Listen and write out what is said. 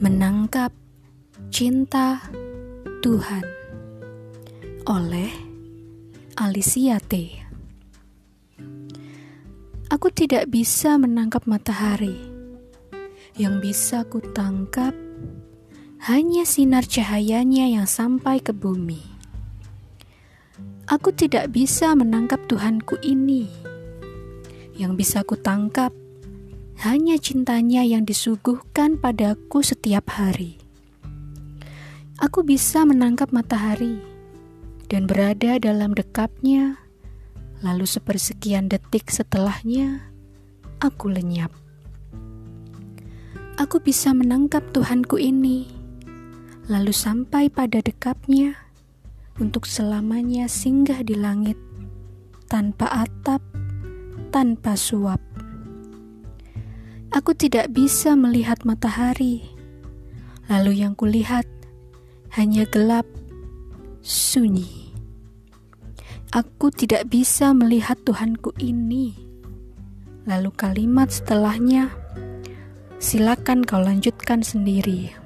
Menangkap Cinta Tuhan oleh Alicia T. Aku tidak bisa menangkap matahari. Yang bisa kutangkap hanya sinar cahayanya yang sampai ke bumi. Aku tidak bisa menangkap Tuhanku ini. Yang bisa kutangkap hanya cintanya yang disuguhkan padaku setiap hari. Aku bisa menangkap matahari dan berada dalam dekapnya, lalu sepersekian detik setelahnya, aku lenyap. Aku bisa menangkap Tuhanku ini, lalu sampai pada dekapnya, untuk selamanya singgah di langit, tanpa atap, tanpa suap. Aku tidak bisa melihat matahari, lalu yang kulihat hanya gelap, sunyi. Aku tidak bisa melihat Tuhanku ini. Lalu kalimat setelahnya, silakan kau lanjutkan sendiri.